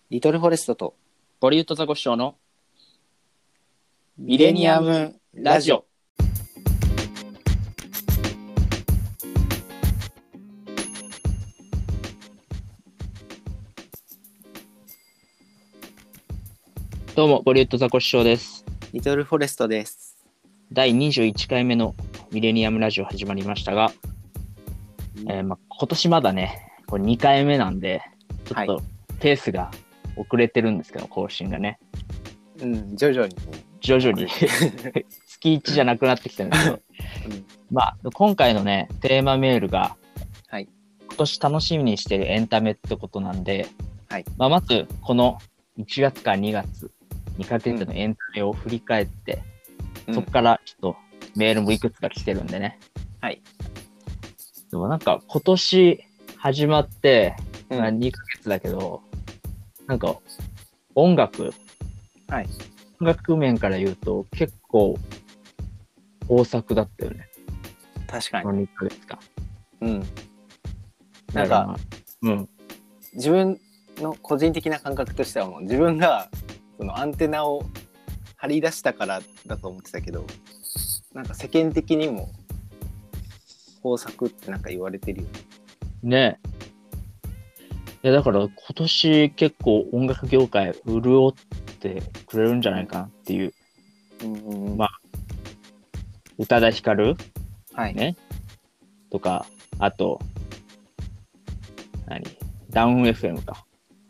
リトルフォレストとボリウッドザコシショウのミレニアムラジオ。 どうもボリウッドザコシショウです。 リトルフォレストです。 第21回目のミレニアムラジオ始まりましたが、今年まだねこれ2回目なんでちょっとペースが遅れてるんですけど、更新がね徐々に徐々に月1じゃなくなってきてるんですけど、今回のねテーマメールが、今年楽しみにしてるエンタメってことなんで、まずこの1月から2月にかけてのエンタメを振り返って、そこからちょっとメールもいくつか来てるんでね。でもなんか今年始まって、2ヶ月だけど、なんか音楽面から言うと結構豊作だったよね。 確かに。 この2ヶ月間。 なんか、自分の個人的な感覚としてはもう自分がそのアンテナを張り出したからだと思ってたけど、なんか世間的にも豊作ってなんか言われてるよね。いやだから今年結構音楽業界潤ってくれるんじゃないかなっていう。宇多田ヒカルねとか、あとダウン FM か。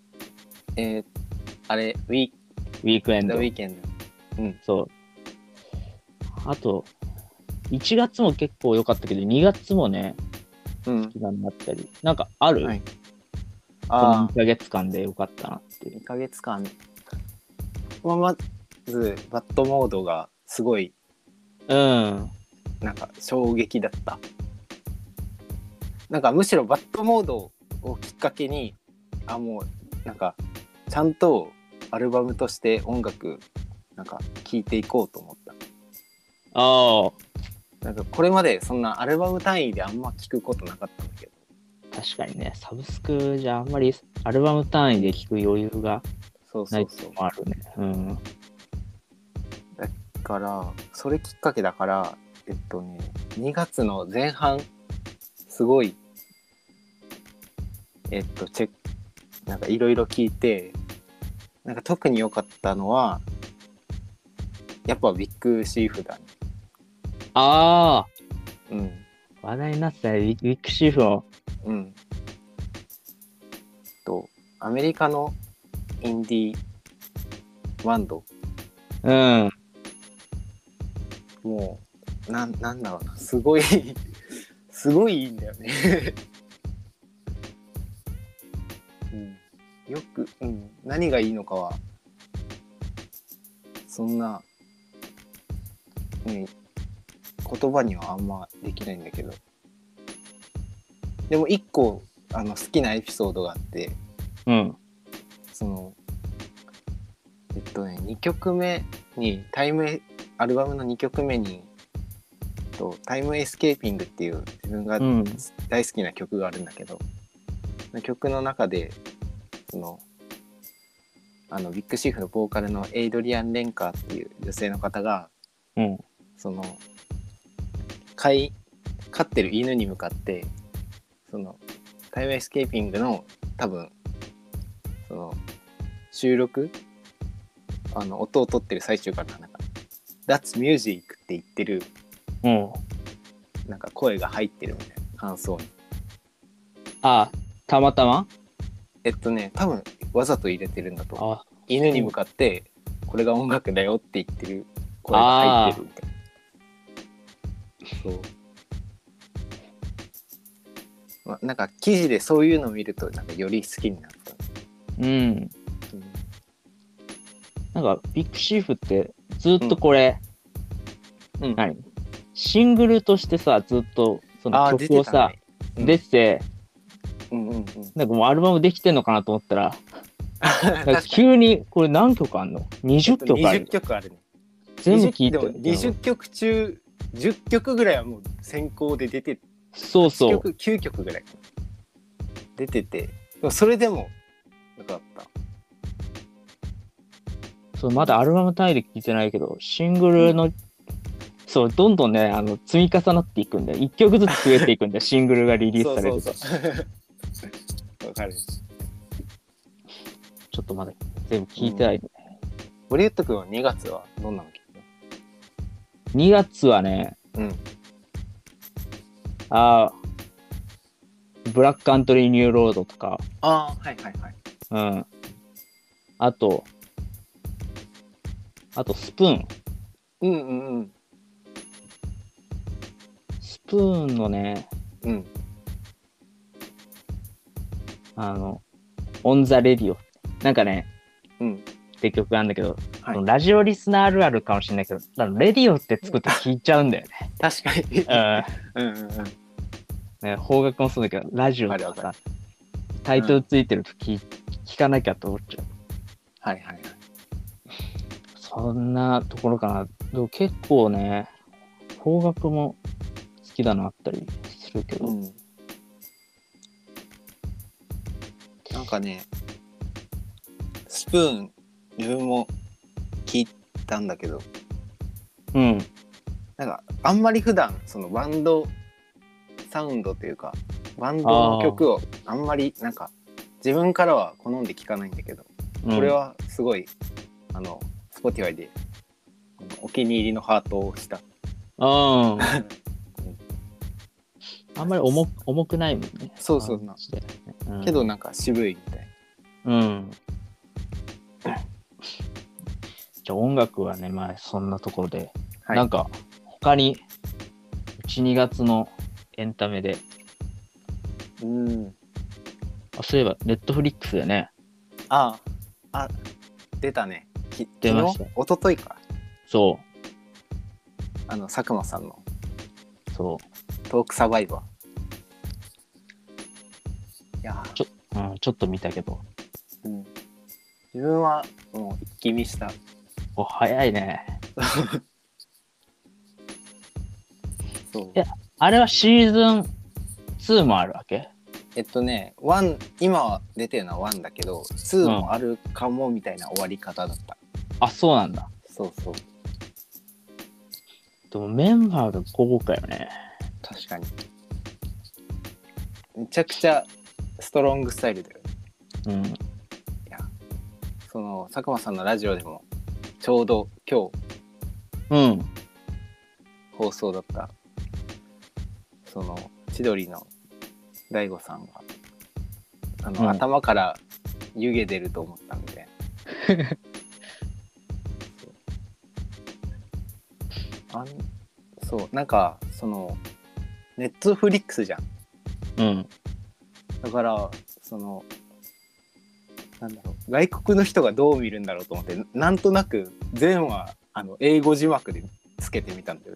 あれウィークエンド。そう。あと1月も結構良かったけど、2月もね好きなのあったり、なんかある？この2ヶ月間で良かったなっていう。 2ヶ月間、まずバッドモードがすごいなんか衝撃だった。なんかむしろバッドモードをきっかけにもうなんかちゃんとアルバムとして音楽なんか聴いていこうと思った。なんかこれまでそんなアルバム単位であんま聴くことなかったんだけど。 確かにね、サブスクじゃあんまりアルバム単位で聴く余裕がないってのもあるね。 だからそれきっかけだから2月の前半すごいなんかいろいろ聞いて、なんか特に良かったのはやっぱビッグシーフだね。 話題になったね、ビッグシーフを。 アメリカのインディーバンド。もうなんだろうな、すごいすごいいいんだよねよく、何がいいのかはそんな、言葉にはあんまできないんだけど、でも一個好きなエピソードがあって、その2曲目にアルバムの2曲目にタイムエスケーピングっていう自分が大好きな曲があるんだけど、曲の中でビッグシーフのボーカルのエイドリアン・レンカーっていう女性の方が、その飼ってる犬に向かってそのタイムエスケーピングの多分その収録音を取ってる最中からなんか That's music って言ってる、なんか声が入ってるみたいな感想に。 たまたま多分わざと入れてるんだと思う。犬に向かってこれが音楽だよって言ってる声が入ってるみたいな。なんか記事でそういうのを見るとなんかより好きになった。 なんかビッグシーフってずっとこれ、シングルとしてさ、ずっとその曲をさ出て、なんかもうアルバムできてんのかなと思ったら急にこれ何曲あんの？20曲ある。 20曲あるね。 全部聴いてる。20曲中10曲ぐらいはもう先行で出て、9曲ぐらい出てて、それでもよかった。 そう、まだアルバム単位で聴いてないけど、シングルの、そう、どんどんね、積み重なっていくんで、1曲ずつ増えていくんで、シングルがリリースされると。 わかる。 ちょっとまだ全部聴いてないね。 ボリュット君は2月はどんなの聴いたの ?2 月はね、ブラックカントリーニューロードとか。 はいはいはい。 あと、スプーン。スプーンのね、オンザレディオ。なんかね、って曲なんだけど、ラジオリスナーあるあるかもしれないけど、レディオってつくと聞いちゃうんだよね。 確かに。 ね、邦楽もそうだけど、ラジオとかさ、タイトルついてると聞かなきゃと思っちゃう。 はいはいはい。 そんなところかな。でも結構ね、邦楽も好きだなったりするけど。 なんかね、スプーン、自分も聞いたんだけど、なんかあんまり普段そのバンドサウンドというかバンドの曲をあんまりなんか自分からは好んで聴かないんだけど、これはすごいSpotify でお気に入りのハートをした。 あんまり重くないもんね。 そうそうな、けどなんか渋いみたい。 じゃあ音楽はね、まあそんなところで、なんか他に1、2月のエンタメで、そういえばネットフリックスでね、 出たね。 出ました。 一昨日か。 そう。 佐久間さんの。 そう。 トークサバイバー。いやちょっと見たけど。 自分はもう一気見した。 早いね。 そう。 あれはシーズン2もあるわけ 1、今は出てるのは1だけど、2もあるかもみたいな終わり方だった。 そうなんだ。 そうそう。 でもメンバーが豪華よね。 確かに。めちゃくちゃストロングスタイルだよ。いや、佐久間さんのラジオでもちょうど今日、放送だった千鳥の大悟さんが頭から湯気出ると思ったみたいな。そうなんかネットフリックスじゃん。だからなんだろう、外国の人がどう見るんだろうと思って、なんとなく全話英語字幕でつけてみたんだよ。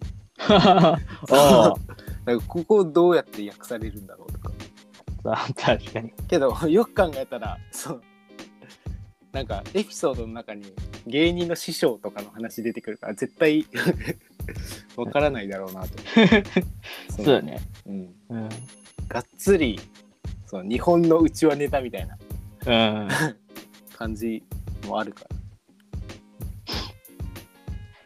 なんかここどうやって訳されるんだろうとか。 確かに。 けどよく考えたらなんかエピソードの中に芸人の師匠とかの話出てくるから絶対わからないだろうなと。 そうだね。 がっつり日本のうちわネタみたいな感じもあるから。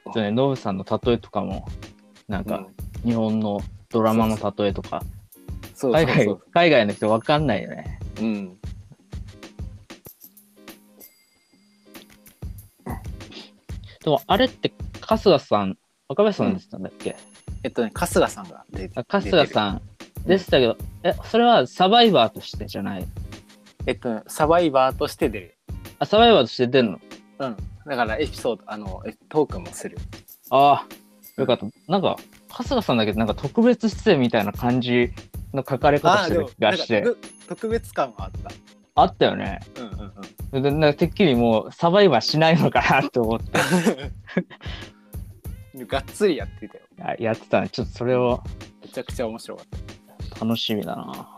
そうね、ノブさんの例えとかもなんか、日本のドラマの例えとか、海外の人わかんないよね。でもあれって春日さん、若林さんでしたんだっけ？ 春日さんが出てる。 春日さんでしたけど、それはサバイバーとしてじゃない？ サバイバーとして出る。 サバイバーとして出るの？ だからエピソードトークもする。 よかった。なんか春日さんだけどなんか特別出演みたいな感じの書かれ方してる気がして。 特別感はあった。 あったよね。でなんかてっきりもうサバイバーしないのかなと思って。 がっつりやってたよ。 やってたね。ちょっとそれをめちゃくちゃ面白かった。 楽しみだな。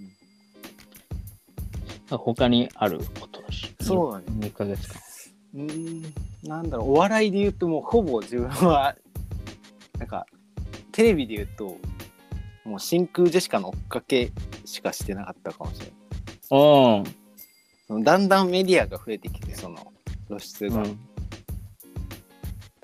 他にあることだし。 そうだね。 2ヶ月間。 なんだろう、お笑いで言うともうほぼ自分はなんかテレビで言うともう真空ジェシカの追っかけしかしてなかったかもしれない。だんだんメディアが増えてきて露出が、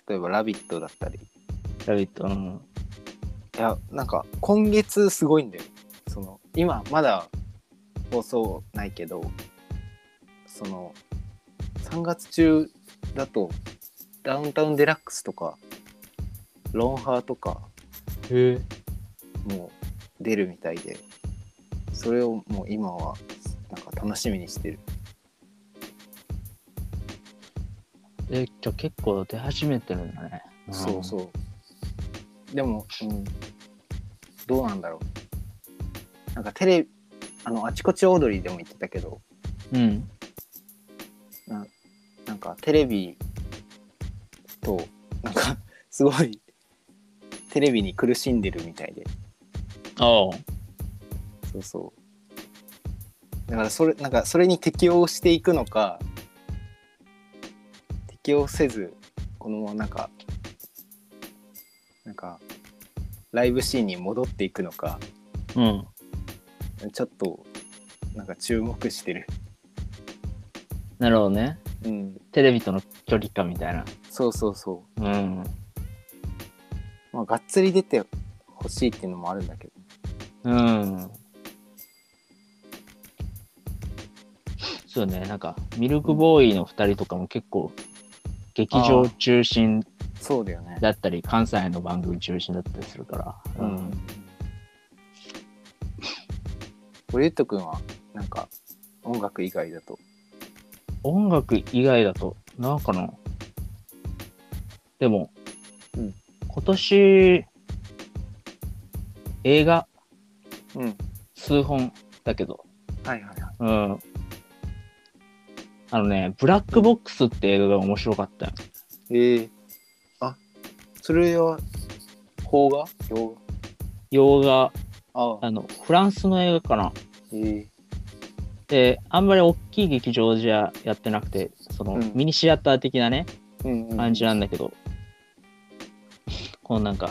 例えばラビットだったり。 ラビット、うん。 いや、なんか今月すごいんだよ。その今まだ放送ないけど、その3月中だとダウンタウンデラックスとかロンハーとかもう出るみたいで、それをもう今はなんか楽しみにしてる。 じゃあ結構出始めてるんだね。 そうそう。でも、どうなんだろう。なんかテレビ、あちこちオードリーでも言ってたけど、なんかテレビとなんかすごいテレビに苦しんでるみたいで。そうそう。だからそれに適応していくのか、適応せずこのままなんかライブシーンに戻っていくのか、ちょっとなんか注目してる。 なるほどね。テレビとの距離感みたいな。 そうそうそう。まあがっつり出てほしいっていうのもあるんだけど。 そうね、なんかミルクボーイの2人とかも結構劇場中心そうだよね。 だったり、関西の番組中心だったりするから。 ゆうとくんはなんか音楽以外だと？ 音楽以外だとなんかな。でも、今年映画、数本だけど、ブラックボックスって映画が面白かったよ。 それは洋画、フランスの映画かな。で、あんまり大きい劇場じゃやってなくて、そのミニシアター的なね、感じなんだけど、このなんか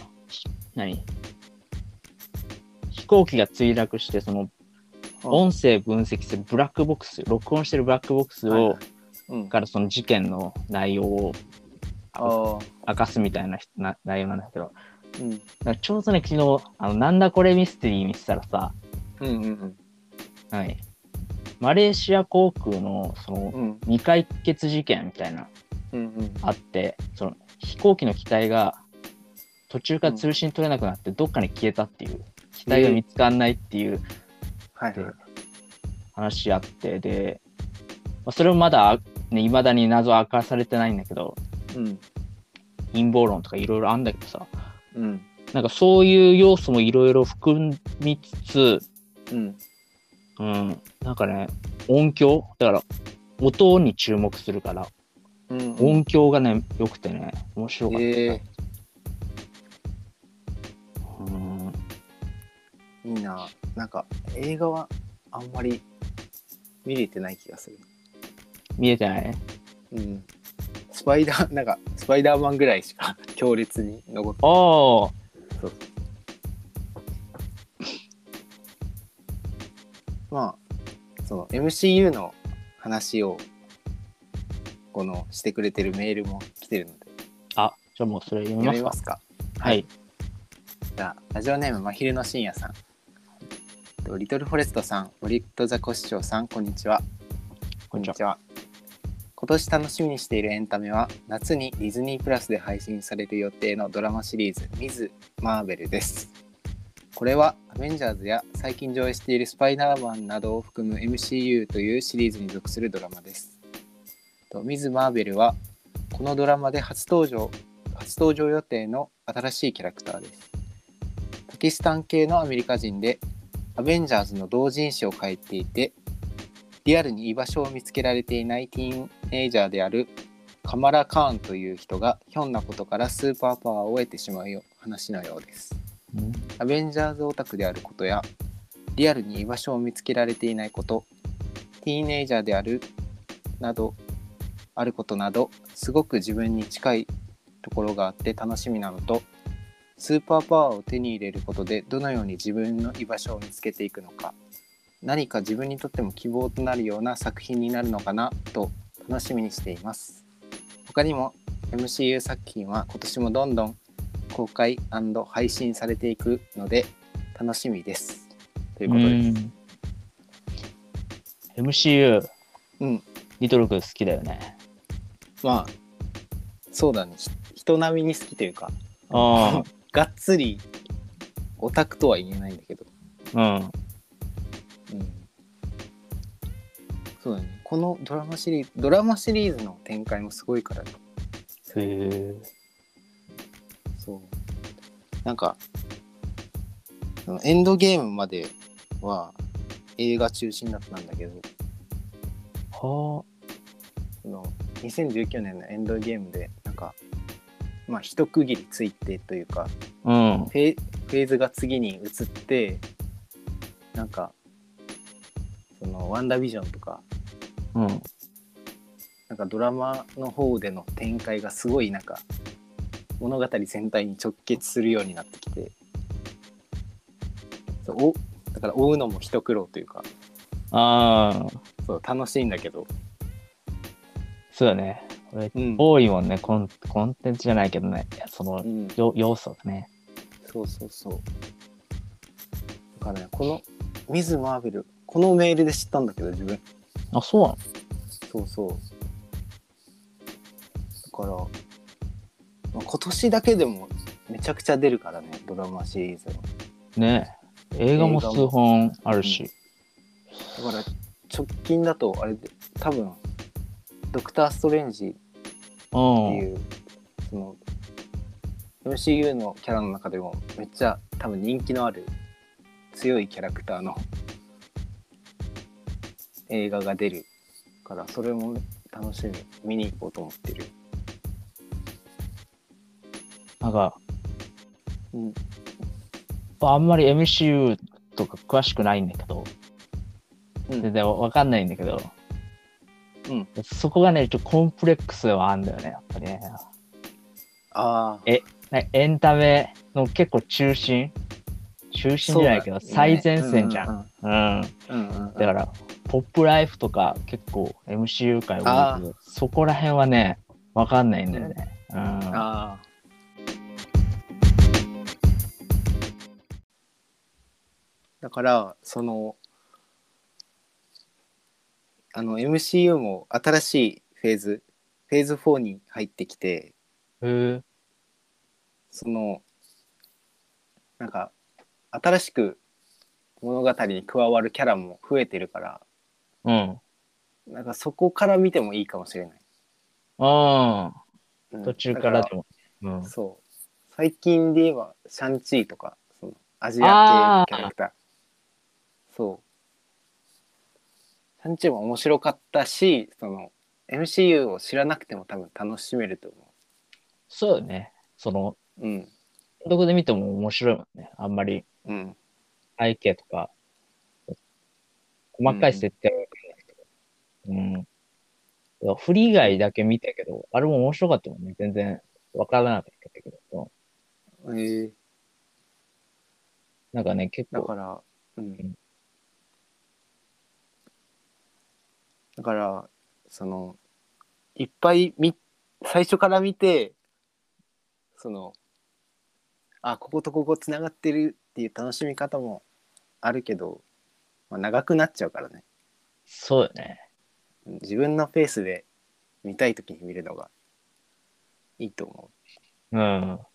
飛行機が墜落して、その音声分析するブラックボックス、録音してるブラックボックスを、からその事件の内容を明かすみたいな内容なんだけど、ちょうどね、昨日なんだこれミステリー見てたらさ、マレーシア航空のその未解決事件みたいなあって、その飛行機の機体が途中から通信取れなくなってどっかに消えたっていう、機体が見つかんないっていう話あって、で、それもまだ未だに謎は明かされてないんだけど、陰謀論とかいろいろあんだけどさ、なんかそういう要素もいろいろ含みつつ、なんかね、音響だから音に注目するから、音響がね良くてね面白かった。 いいな。なんか映画はあんまり見れてない気がする。 見えてない？ スパイダーマンぐらいしか強烈に残ってない。そう。まあその MCU の話をしてくれてるメールも来てるので。 じゃあもうそれ読みますか。はい。 じゃあラジオネーム真昼の深夜さん、リトルフォレストさん、オリットザコシショウさん、こんにちは。こんにちは。今年楽しみにしているエンタメは、夏にディズニープラスで配信される予定のドラマシリーズミズ・マーベルです。これはアベンジャーズや最近上映しているスパイダーマンなどを含む MCU というシリーズに属するドラマです。ミズ・マーベルはこのドラマで初登場予定の新しいキャラクターです。パキスタン系のアメリカ人でアベンジャーズの同人誌を書いていて、リアルに居場所を見つけられていないティーンエイジャーであるカマラ・カーンという人がひょんなことからスーパーパワーを得てしまう話のようです。アベンジャーズオタクであることやリアルに居場所を見つけられていないこと、ティーンエイジャーであることなど、すごく自分に近いところがあって楽しみなのと、スーパーパワーを手に入れることでどのように自分の居場所を見つけていくのか、何か自分にとっても希望となるような作品になるのかなと楽しみにしています。他にも MCU 作品は今年もどんどん公開&配信されていくので楽しみですということです。 MCU、 うん、 リトル君好きだよね。 まあそうだね、人並みに好きというかがっつりオタクとは言えないんだけど、 うん、 そうだね、このドラマシリーズの展開もすごいからね。 へえ。 そうなんかエンドゲームまでは映画中心だったんだけど、 はその2019年のエンドゲームでなんかまあ一区切りついてというか、 フェーズが次に移って、なんかそのワンダービジョンとか、なんかドラマの方での展開がすごいなんか物語全体に直結するようになってきて、だから追うのも一苦労というか、そう楽しいんだけど。 そうだね。多いもんね、コンテンツじゃないけどね、その、要素だね。 そうだからね、このミズ・マーベル、このメールで知ったんだけど、自分。 あ、そうなの？ そうだから、まあ、今年だけでもめちゃくちゃ出るからね、ドラマシリーズはね。映画も数本あるし、 だから直近だとあれで多分ドクター・ストレンジっていうその MCU のキャラの中でもめっちゃ多分人気のある強いキャラクターの映画が出るから、それも楽しみ見に行こうと思ってる。 なんか、あんまり MCU とか詳しくないんだけど、全然わかんないんだけど、そこがね、ちょっとコンプレックスはあるんだよね、やっぱりね。エンタメの結構中心じゃないけど、最前線じゃん。だから、ポップライフとか結構 MCU 界多いけど、そこら辺はね、わかんないんだよね。 だからそのMCU も新しいフェーズ4に入ってきて、そのなんか新しく物語に加わるキャラも増えてるから、なんかそこから見てもいいかもしれない。 途中からでも。 そう最近で言えばシャンチーとかそのアジア系のキャラクター、シャンチーも面白かったし、その MCU を知らなくても多分楽しめると思う。 そうよね。その、どこで見ても面白いもんね。あんまり背景とか、細かい設定は分かんないけど。フリー以外だけ見たけど、あれも面白かったもんね。全然分からなかったけど。なんかね、結構。 だから、だから、その、いっぱい最初から見て、その、こことここつながってるっていう楽しみ方もあるけど、まあ、長くなっちゃうからね。 そうよね。 自分のペースで見たいときに見るのがいいと思う。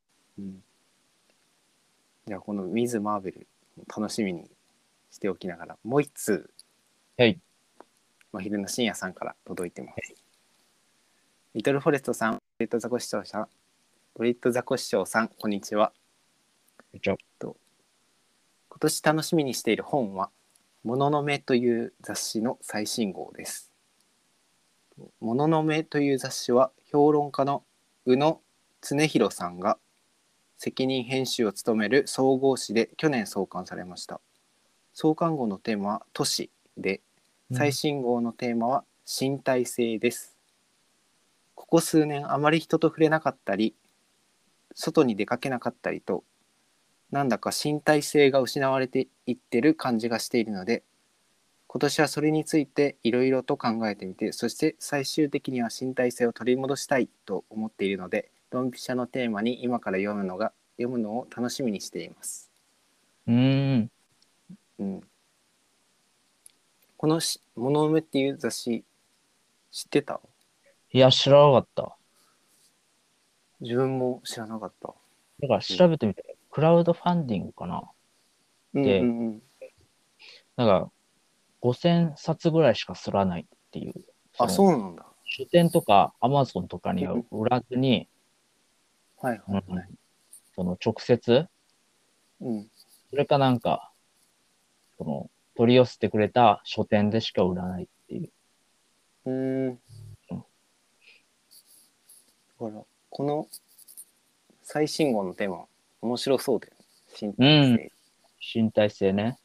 じゃあこのミズ・マーベル楽しみにしておきながら、もう一通、真昼の深夜さんから届いてます。リトルフォレストさん、ブリッドザコシショウさん、こんにちは。今年楽しみにしている本は、もののめという雑誌の最新号です。もののめという雑誌は、評論家の宇野恒弘さんが責任編集を務める総合誌で去年創刊されました。創刊号のテーマは都市で、最新号のテーマは身体性です。ここ数年あまり人と触れなかったり、外に出かけなかったりと、なんだか身体性が失われていってる感じがしているので、 今年はそれについていろいろと考えてみて、そして最終的には身体性を取り戻したいと思っているので、ドンピシャのテーマに今から読むのを楽しみにしています。 うん。 このものうめっていう雑誌知ってた？ いや、知らなかった。 自分も知らなかった。 だから調べてみて、クラウドファンディングかな。で、なんか5000冊ぐらいしか刷らないっていう。 あ、そうなんだ。 書店とかアマゾンとかには売らずに、 はいはいはい。 その直接、それかなんか、その取り寄せてくれた書店でしか売らないっていう。 だからこの最新号のテーマ面白そうだよね。身体性。 身体性ね。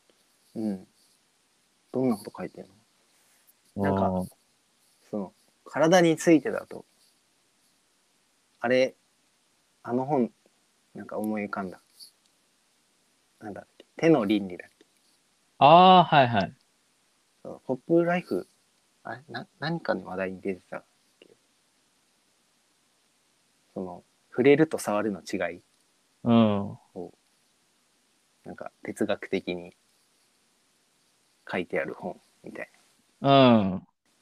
どんなこと書いてるの？なんかその体についてだとあの本なんか思い浮かんだ。なんだっけ、手の倫理だっけ。 ああ、はいはい。 ポップライフ、何かの話題に出てたっけ。その触れると触るの違いを、なんか哲学的に書いてある本みたいな。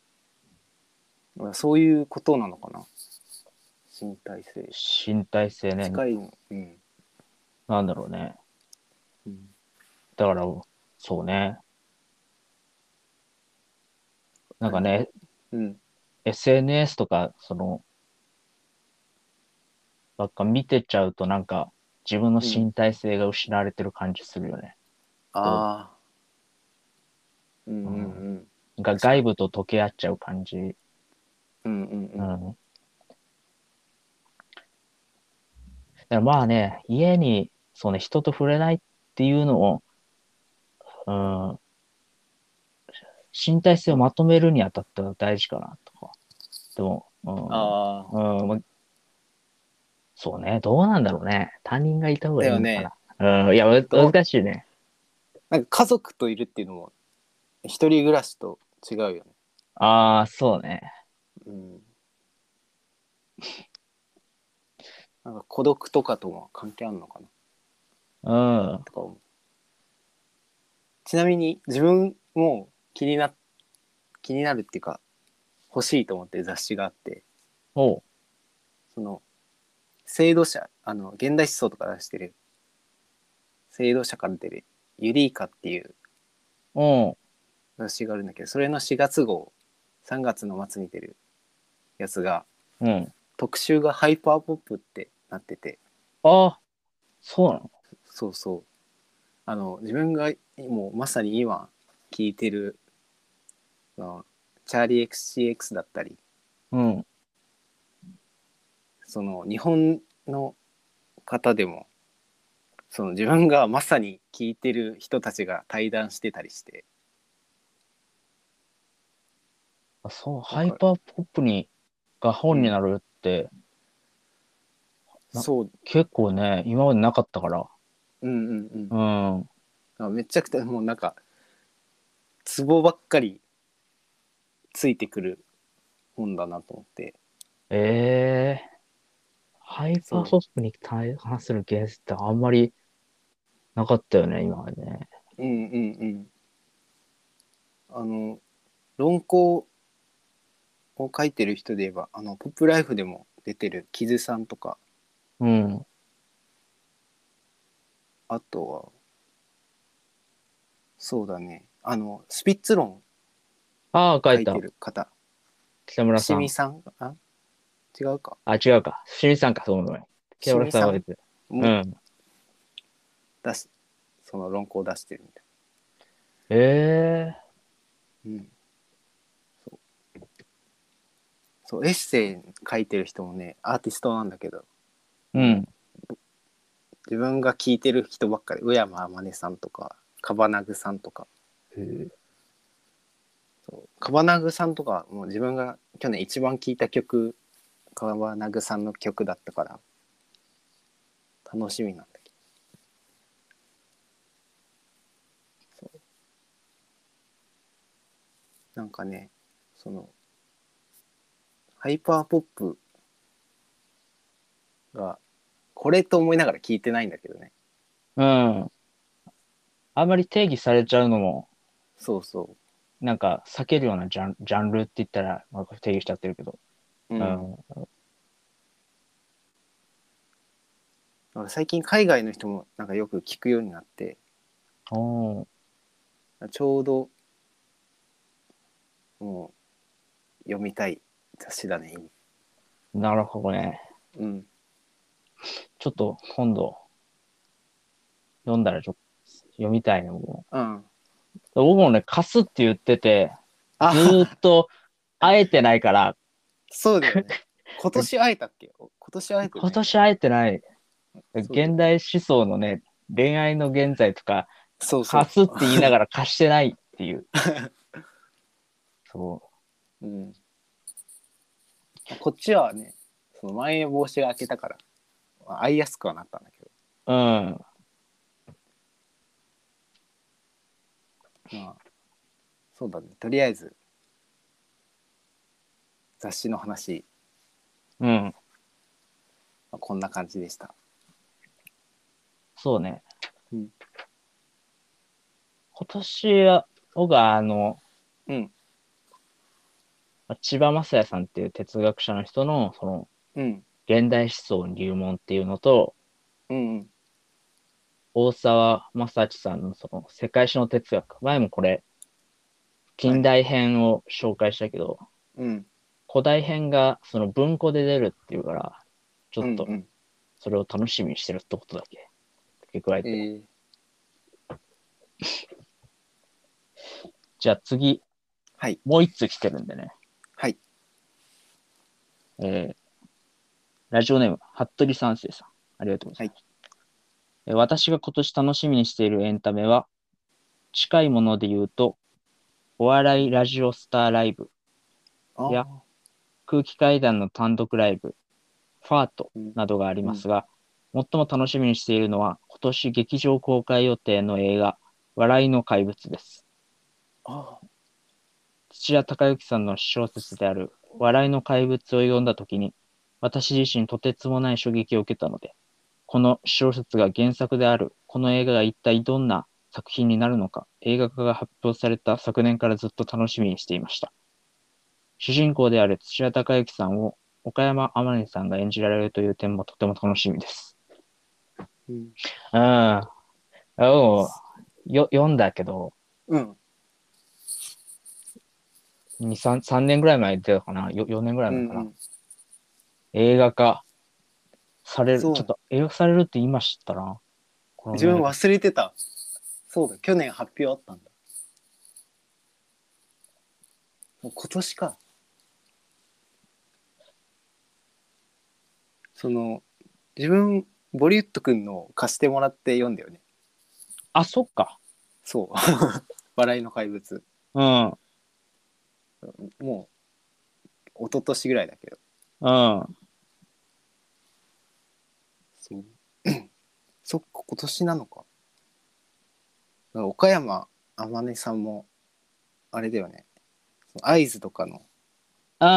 そういうことなのかな。身体性。 身体性ね。 近い。 なんだろうね。だから、そうね。なんかね、SNS とか、ばっか見てちゃうとなんか、自分の身体性が失われてる感じするよね。 ああ。 が外部と溶け合っちゃう感じ。だからまあね、家に、人と触れないっていうのを、身体性をまとめるにあたっては大事かなとか。でも、そうね、どうなんだろうね。他人がいた方がいいのかな。いや、難しいね。 なんか家族といるっていうのも、一人暮らしと違うよね。 ああ、そうね。 なんか孤独とかとも関係あるのかな。 とか思う。ちなみに自分も気になるっていうか欲しいと思ってる雑誌があって、その制度社、現代思想とか出してる制度社から出るユリーカっていう雑誌があるんだけど、それの4月号、3月の末に出るやつが、特集がハイパーポップってなってて。 ああ、そうなの？ そうそう。自分がもうまさに今聞いてるチャーリー XCX だったり、その日本の方でもその自分がまさに聞いてる人たちが対談してたりして。 そう、ハイパーポップが本になるって、 そう結構ね、今までなかったから。 めちゃくちゃもうなんかツボばっかりついてくる本だなと思って。 ハイパーポップに関するケースってあんまりなかったよね、今までね。 論考を書いてる人で言えば、ポップライフでも出てるキズさんとか、あとはそうだね、スピッツ論書いてる方、 北村さん。 伏見さん、違うか。 違うか。伏見さんか、そう思う。北村さんは別に。 その論考を出してるみたいな。そう、エッセイ書いてる人もね、アーティストなんだけど、自分が聞いてる人ばっかり、宇山天音さんとかカバナグさんとか、カバナグさんとかもう自分が去年一番聴いた曲、カバナグさんの曲だったから楽しみなんだけど。 なんかね、そのハイパーポップがこれと思いながら聞いてないんだけどね。 うん。あんまり定義されちゃうのも、 そうそなんか避けるようなジャンルって言ったら、なんか定義しちゃってるけど。 う。 うん。 だから最近海外の人もなんかよく聞くようになって、 おー、 ちょうどもう読みたい雑誌だね、今。 なるほどね。 うん。 ちょっと今度読んだらちょっと読みたいね、僕も。 うん。 僕もね、貸すって言ってて、ずーっあ、 と会えてないから、 そうだよね。今年会えたっけ？今年会えてないよね。 今年会えてない。 そうだよね。 現代思想のね、恋愛の現在とか、 そうそ貸すって言いながら貸してないっていう。そう。うん。こっちはね、そのまん延防止が明けたから、会いやすくはなったんだけど。 う。うん。 まあ、そうだね。とりあえず、雑誌の話、 うん。 こんな感じでした。 そうね。 うん。 今年は、僕はうん。 千葉雅也さんっていう哲学者の人の、その、 うん。 現代思想入門っていうのと、 うん。 大沢正知さんのその世界史の哲学。前もこれ、 はいはい。 近代編を紹介したけど、 うん。 古代編がその文庫で出るっていうから、ちょっとうんうん。 それを楽しみにしてるってことだけ付け加えて。 ー、 じゃあ次、 はい。 もう一通来てるんでね。 はい。 えー、ラジオネーム、服部三世さん。ありがとうござはい。 います。私が今年楽しみにしているエンタメは、近いもので言うと、お笑いラジオスターライブやああ。 空気階段の単独ライブ、ファートうん。 などがありうん。 ますが、最も楽しみにしているのは、今年劇場公開予定の映画、笑いの怪物です。 ああ。 土屋隆之さんの小説である、笑いの怪物を読んだときに、私自身とてつもない衝撃を受けたので、この小説が原作である、この映画が一体どんな作品になるのか、映画化が発表された昨年からずっと楽しみにしていました。主人公である土屋隆之さんを岡山天音さんが演じられるという点もとても楽しみです。 うん。 うん。おう読んだけど、 うん。 2、3年ぐらい前に出たかな？ 4 年ぐらい前かな？ うんうん。 映画化される、 そう。 ちょっと映画化されるって今知ったな。このね、 自分忘れてた。そうだ。去年発表あったんだ。もう今年か。その、自分、ボリュット君の貸してもらって読んだよね。 あ、そっか。 そう。笑いの怪物。 うん。 もう、一昨年ぐらいだけど。 うん。 そう。そっか、今年なのか。岡山天音さんも、あれだよね。会津とかのうん。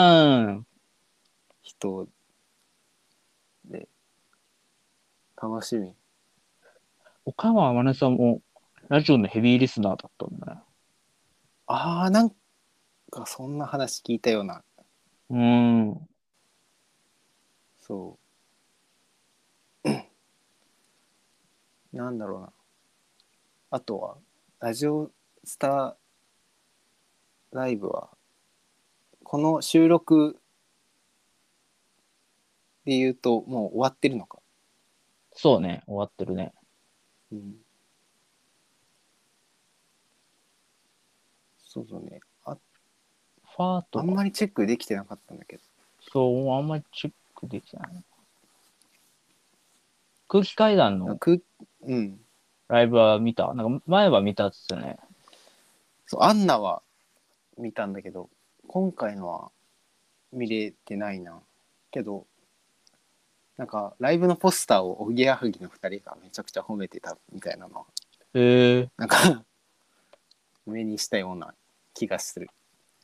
人で、楽しみ。 岡山天音さんもラジオのヘビーリスナーだったんだね。 ああ、なんかそんな話聞いたような。 うん。 そう。なんだろうな。あとは、ラジオスターライブは、この収録で言うと、もう終わってるのか。 そうね。終わってるね。 うん。そうそうね。 ファートが、 あんまりチェックできてなかったんだけど。 そう、あんまりチェックできてない。空気階段のうん。 ライブは見た？なんか前は見たっつってね。 そう、アンナは見たんだけど、今回のは見れてないな。けど、なんかライブのポスターをおぎやはぎの2人がめちゃくちゃ褒めてたみたいなのへえ。 なんか目にしたような気がする。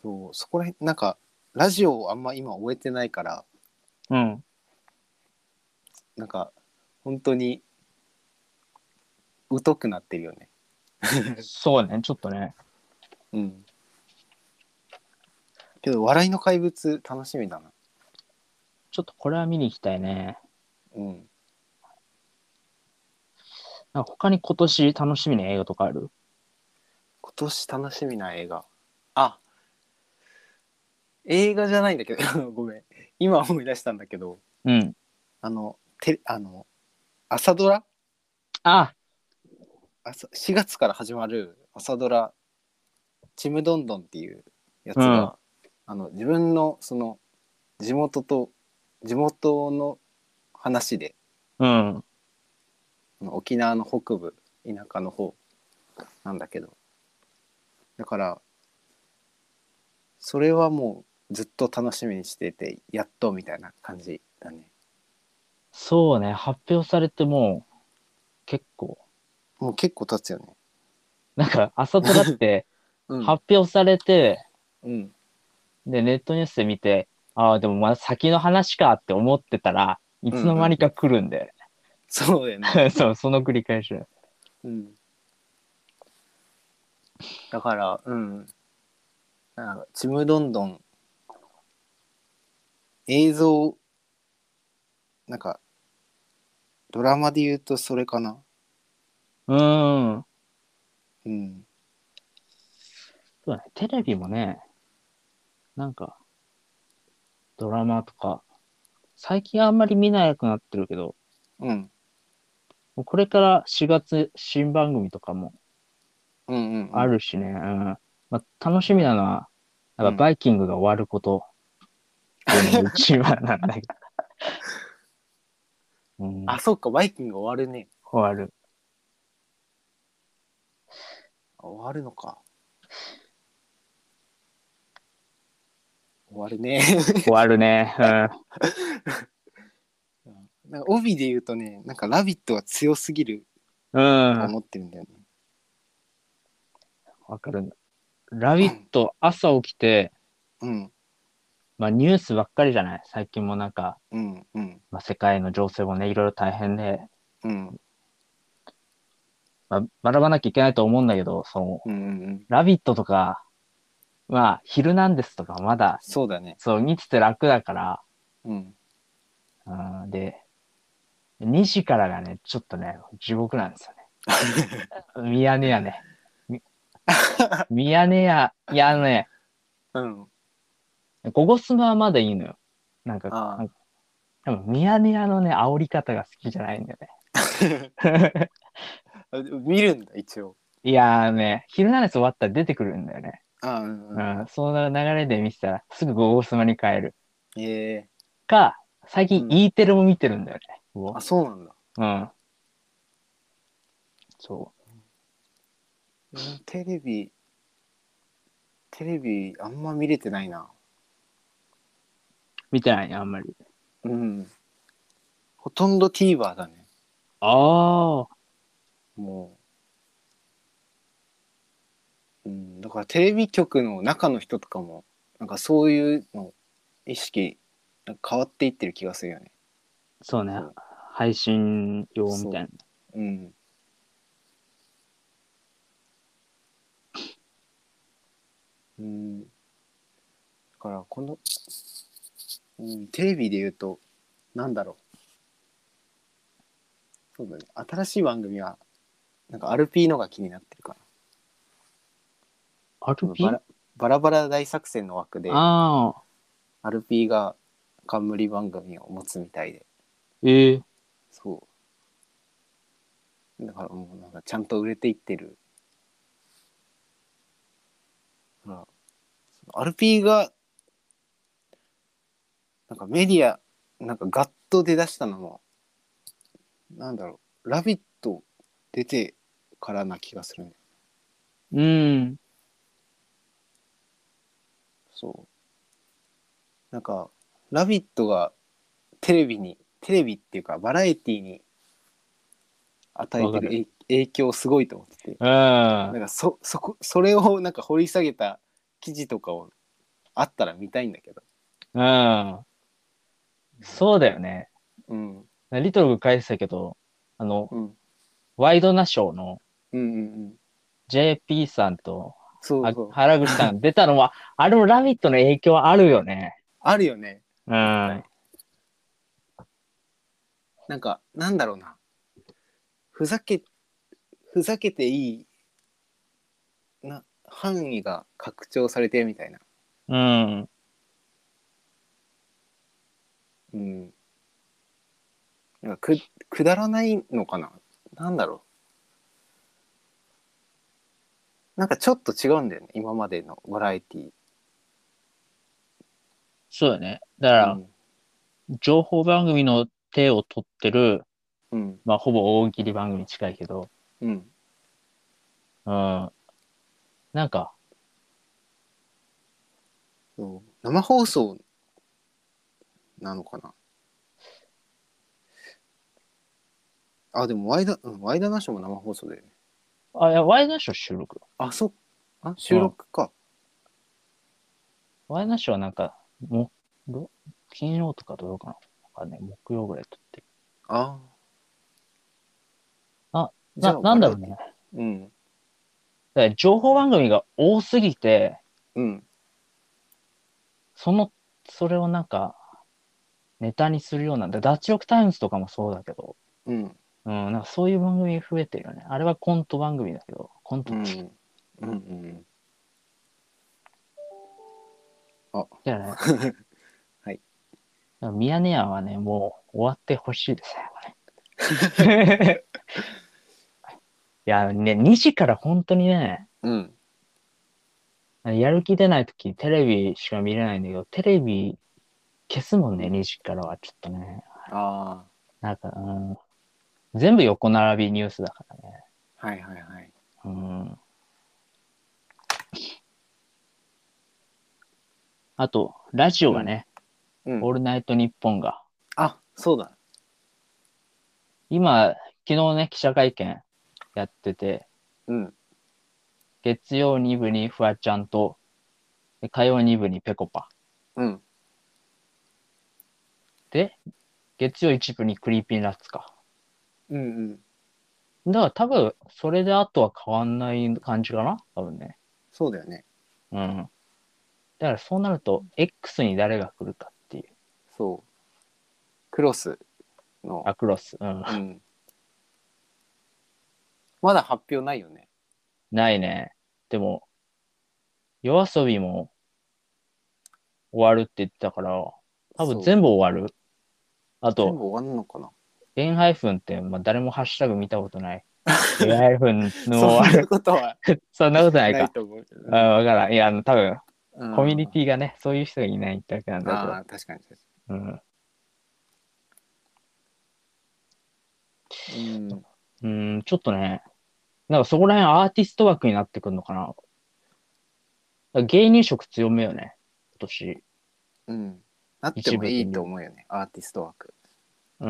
そこら辺なんかラジオをあんま今終えてないから、 うん。 なんか本当に疎くなってるよね。 そうね、ちょっとね。 うん。けど笑いの怪物楽しみだな。 ちょっとこれは見に行きたいね。 うん。 なんか他に今年楽しみな映画とかある？ 今年楽しみな映画。あ、映画じゃないんだけどごめん。今思い出したんだけど、 うん。 あの朝ドラあ、 4月から始まる朝ドラちむどんどんっていうやうん。 つが、自分のその地元と地元の話で、 うん。 沖縄の北部田舎の方なんだけど、だからそれはもうずっと楽しみにしてて、やっとみたいな感じだね。 そうね、発表されてもう結構、 もう結構経つよね。 なんか朝ドラってうん。 発表されて、 うん。 で、ネットニュースで見て、ああ、でもまだ先の話かって思ってたらいうんつのうん。 間にか来るんで。 そうだよね。 そう、その繰り返し。 うん。だから、うん。なんかちむどんどん映像、なんかドラマで言うとそれかな。 うーん。 うん。 そうだね、テレビもね、なんかドラマとか、最近あんまり見なくなってるけど、 うん。 もうこれから4月新番組とかもうんうんうん。 あるしね、うん。まあ、楽しみなのは、なんかうん。 バイキングが終わることっていうのが一番なんだけど、うん、 あ、そっか、バイキング終わるね。 終わる。 終わるのか。終わるね。 終わるね。 なんか帯で言うとね、なんかラビットは強すぎるうん。うん。 と思ってるんだよね。 わかるんだ。ラビット朝起きて、 うん。 まあニュースばっかりじゃない最近もなんか、 うんうん。 まあ世界の情勢もね、いろいろ大変で、 うん。 まあ学ばなきゃいけないと思うんだけど、 うんうんうん。 ラビットとか、まあ、ヒルナンデスとかまだ、 そうだね。 そう、見てて楽だから、 うん。 で、2時からがね、ちょっとね、地獄なんですよね。ミヤネ屋ね。ミヤネ屋、いや、 うん。 ゴゴスマはまだいいのよ。なんか、 あ多分ミヤネ屋のね、煽り方が好きじゃないんだよね。 あ。見るんだ、一応。 いやヒルナンデス終わったら出てくるんだよね。 ああ、うんうん。 うん、その流れで見てたら、すぐゴゴスマに変える。 ええか、最近うん。 E テレも見てるんだよね。 あ、そうなんだ。 うん。そう。 うん、テレビあんま見れてないな。 見てないね、あんまり。 うん。ほとんど TVer だね。 ああ。 もう。うん。だからテレビ局の中の人とかも、なんかそういうの意識、なんか変わっていってる気がするよね。 そうね。 そう。 配信用みたいそな。 う。うん。うん。だからこの、うん、テレビで言うと、なんだろう。そうだね。新しい番組は、なんかアルピーのが気になってるかな。 RP？ バラバラ大作戦の枠で、 ああアルピーが冠番組を持つみたいで。 ー、ええー、 そう。だからもうなんかちゃんと売れていってる。ほら、アルピーが、なんかメディア、なんかガッと出だしたのも、なんだろう、ラビット出てからな気がするね。 うん。 そう。なんか、ラビットがテレビっていうかバラエティに与えわかる。 てる影響すごいと思ってて、 うん。 なんかそれをなんか掘り下げた記事とかをあったら見たいんだけど。 うん。そうだよね。 うん。 リトルが書いてたけど、 うん。 ワイドナショーのうんうんうん。 JP さんとそうそう。 原口さんが出たのは、あれもラビットの影響あるよね。 あるよね。 うん。 なんか、なんだろうな。ふざけ、ふざけていい範囲が拡張されてるみたいな。 うん。 うん。なんかくだらないのかな。なんだろう。なんかちょっと違うんだよね。今までのバラエティ。 そうだね。だから、 うん。 情報番組の手を取ってる、 うん。 まあ、ほぼ大喜利番組に近いけど、 うん。 うん。なんか、 そう生放送なのかな。あ、でもワイドナショーも生放送だよね。 いや、ワイドナショー収録。 あ、収うん。 録か。 ワイドナショーはなんか、金曜とか土曜かな。わかんない。木曜ぐらい撮ってる。 あじゃあなんだろうね。 バラエティ。うん。 だから情報番組が多すぎて、 うん。 その、それをなんか、ネタにするようなんだ。脱力タイムズとかもそうだけど、 うん。 うん、なんかそういう番組増えてるよね。あれはコント番組だけど、コント、 うん。うん。うん。あ、 じゃあね、 はい。 ミヤネ屋はね、もう終わってほしいですね。いや、ね、2時から本当にね、 うん。 やる気出ないときテレビしか見れないんだけど、テレビ消すもんね、 うん。 2時からはちょっとね。 あなんか、全部横並びニュースだからね。 あ。はいはいはい。 うん。あと、ラジオうん。 がね、 うん。 オールナイトニッポンが、 あ、そうだ。 今、昨日ね、記者会見やってて、 うん。 月曜2部にフワちゃんと、火曜2部にペコパ。 うん。 で、月曜1部にクリーピーナッツか。 うんうん。 だから多分、それであとは変わんない感じかな多分ね。 そうだよね。 うん。だからそうなると、X に誰が来るかっていう。 そう。クロスの、 アクロス。うん。 うん。まだ発表ないよね。 ないね。でも、夜遊びも終わるって言ってたから、多分そう。 全部終わる。あと、 全部終わんのかな。 エンハイフンって、まあ、誰もハッシュタグ見たことない。エンハイフンそんなの終わる。 ことはそんなことないか。 ないと思う。 あ、わからん。いや、多分、 うん。 コミュニうん。 ティがね、そういう人がいないだけなんだと思ああ、確かに確かう。うん。 に。うん。 ちょっとね、なんかそこら辺アーティスト枠になってくるのかな。芸人色強めよね。今年。 うん。なって一もいいと部で見る。 思うよね。アーティスト枠。 うん。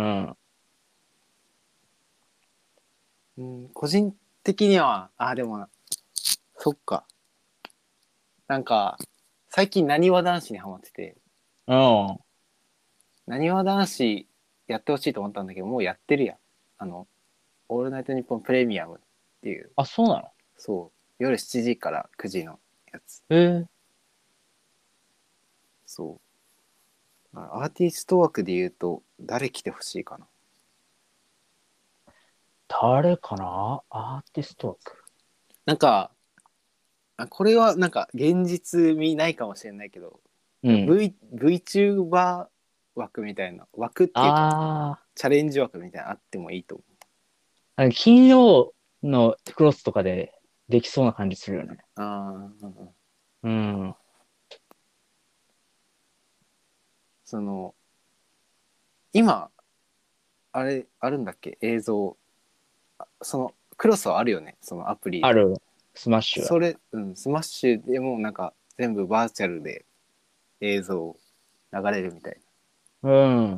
うん。個人的には、でも、そっか。なんか、最近なにわ男子にハマってて、 うん。 なにわ男子やってほしいと思ったんだけど、もうやってるやん。オールナイトニッポンプレミアムっていう、 あ、そうなの？ そう、夜7時から9時のやつ。 えー、 そう。アーティスト枠で言うと、誰来てほしいかな。 誰かなアーティスト枠。 なんか、これはなんか現実味ないかもしれないけど、 うん。 VTuber 枠みたいな、枠っていうか、 あチャレンジ枠みたいなのあってもいいと思金曜のクロスとかでできそうな感じするよね。 う。 うん。 その、今、あれ、あるんだっけ映像。その、クロスはあるよねそのアプリで。 ある。スマッシュが。 スマッシュでもなんか全部バーチャルで映像流れるみたいうん。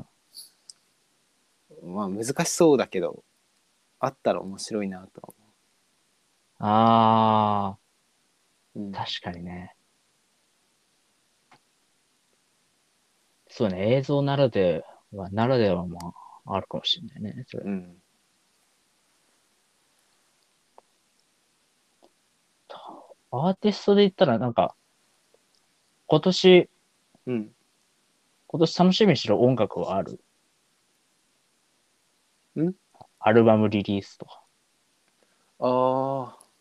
な。まあ難しそうだけど、あったら面白いなと思ああ、 う。うん。 確かにね。 そうね、映像ならではもあるかもしれないね、それ。 うん。 アーティストで言ったら、なんか、今年、 うん。 今年楽しみにしてる音楽はある？ んアルバムリリースとか。 ああ、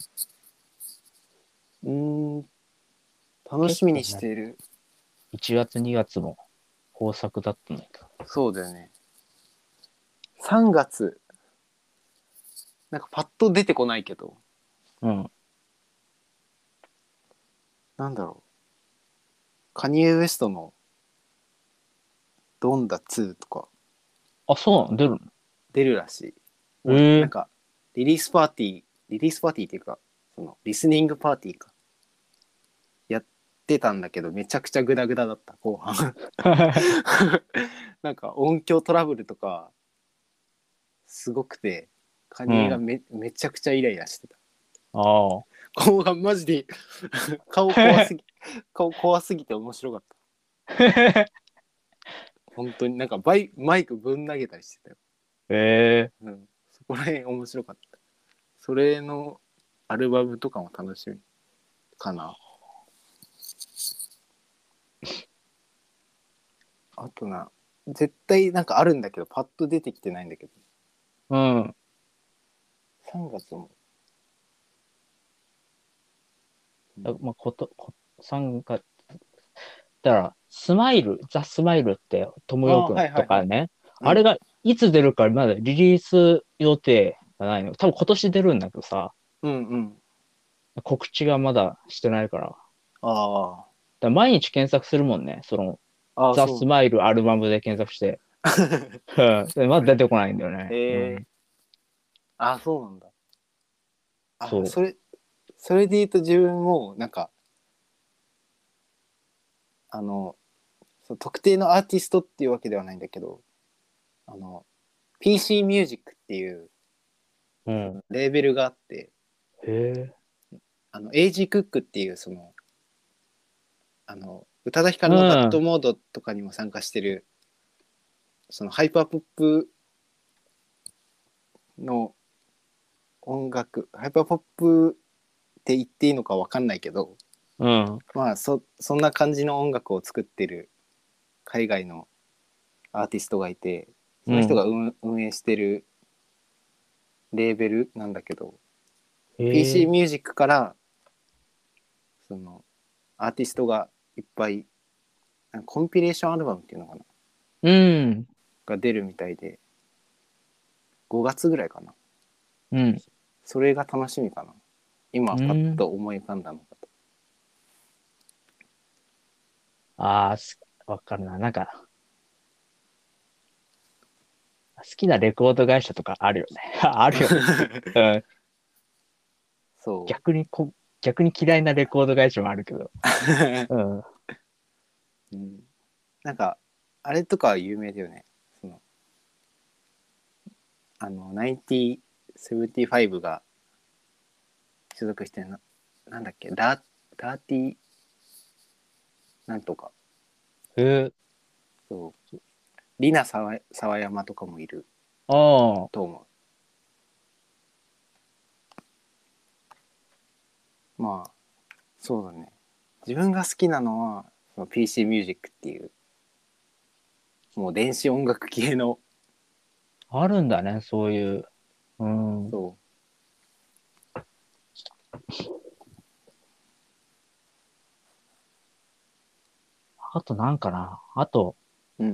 うん、楽しみに結構ね、 している。 1月2月も豊作だったんだけど。 そうだよね。3月、なんかパッと出てこないけど、 うん。 なんだろう。カニエ・ウエストのドンダ2とかあ、そうなの？出るの？ 出るらしい。もうなんええか、リリースパーティーっていうか、その、リスニングパーティーか。やってたんだけど、めちゃくちゃグダグダだった、後半。なんか音響トラブルとか、すごくて、カニエがうん。 めちゃくちゃイライラしてた。 ああ。 後半マジで顔怖すぎ、顔怖すぎて面白かった。本当になんかマイクぶん投げたりしてたよ。 ええうん。そこら辺面白かった。それのアルバムとかも楽しみかな。あとな、絶対なんかあるんだけど、パッと出てきてないんだけど、 うん。 3月も。 まあ、3月、だから、スマイル、ザ・スマイルって、ともああ、 よくんはいはいはい。 とかね、 うん。 あれがいつ出るかまだリリース予定がないの。多分今年出るんだけどさ、 うんうん。 告知がまだしてないから。 あだから毎日検索するもんね。その、 あ、ああ、 ザ・そう。 スマイルアルバムで検索して。うんでまだ出てこないんだよへね。うえ。 ん。 ああ、そうなんだ。あ、 そそれで言うと自分も、なんか、あの、そう特定のアーティストっていうわけではないんだけど、あの、PC ミュージックっていうう。うん。 レーベルがあって、 へえ。 エイジークックっていう、その、宇多田ヒカうルのバッドん。 モードとかにも参加してる、そのハイパーポップのハイパーポップって言っていいのかわかんないけど、 うん。 まあそんな感じの音楽を作ってる海外のアーティストがいて、その人がうん。 運営してるレーベルなんだけど、 へ PC え。 ミュージックからそのアーティストがいっぱいコンピレーションアルバムっていうのかなうん。 が出るみたいで、5月ぐらいかな。 うん。 それが楽しみかな。今パッうん。 と思い浮かんだのかと。 ああ、わかるな。なんか、好きなレコード会社とかあるよね。あるよね。うん。 そ逆に逆に嫌いなレコード会社もあるけど。うん。 う、うん、なんかあれとかは有名だよね。その9075が所属してるなんだっけ、ダーティーなんとか、 へえ。 そうリナ沢山とかもいるああ。 と思う。まあそうだね。自分が好きなのはその PC ミュージックっていうもう電子音楽系の、 あるんだね、そういう。うん。 そあとなんかな。あと、 う、うん、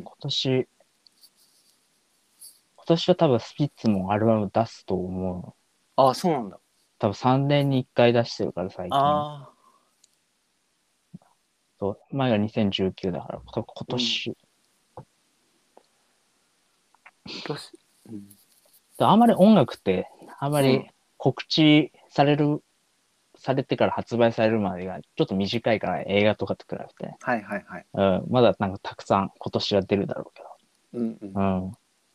今年は多分スピッツもアルバム出すと思う。 ああそうなんだ。 多分3年に1回出してるから最近。 ああ、 前が2019だから、今うん、 年。 今年、うん、 あんまり音楽って、あんまりうん、 告知されてから発売されるまでがちょっと短いから映画とかと比べて、 はいはいはい、 うん、まだなんかたくさん今年は出るだろうけうんうんど、うん。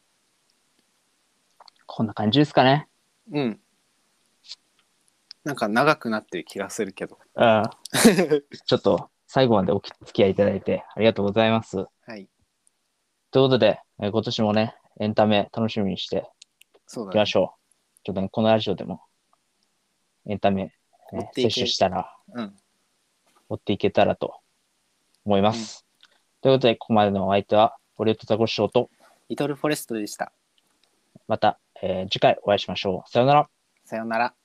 こんな感じですかね。 うん、なんか長くなってる気がするけど。 うん。ちょっと最後までお付き合いいただいてありがとうございます。 はい。 ということで、今年もね、エンタメ楽しみにしていきましょう。ちょっとね、このラジオでもエンタメ、摂取したら、追っていけたらと思います。ということで、ここまでのお相手は、ポリオットザコシショウと、 リトルフォレストでした。 また、次回お会いしましょう。さようなら。 さようなら。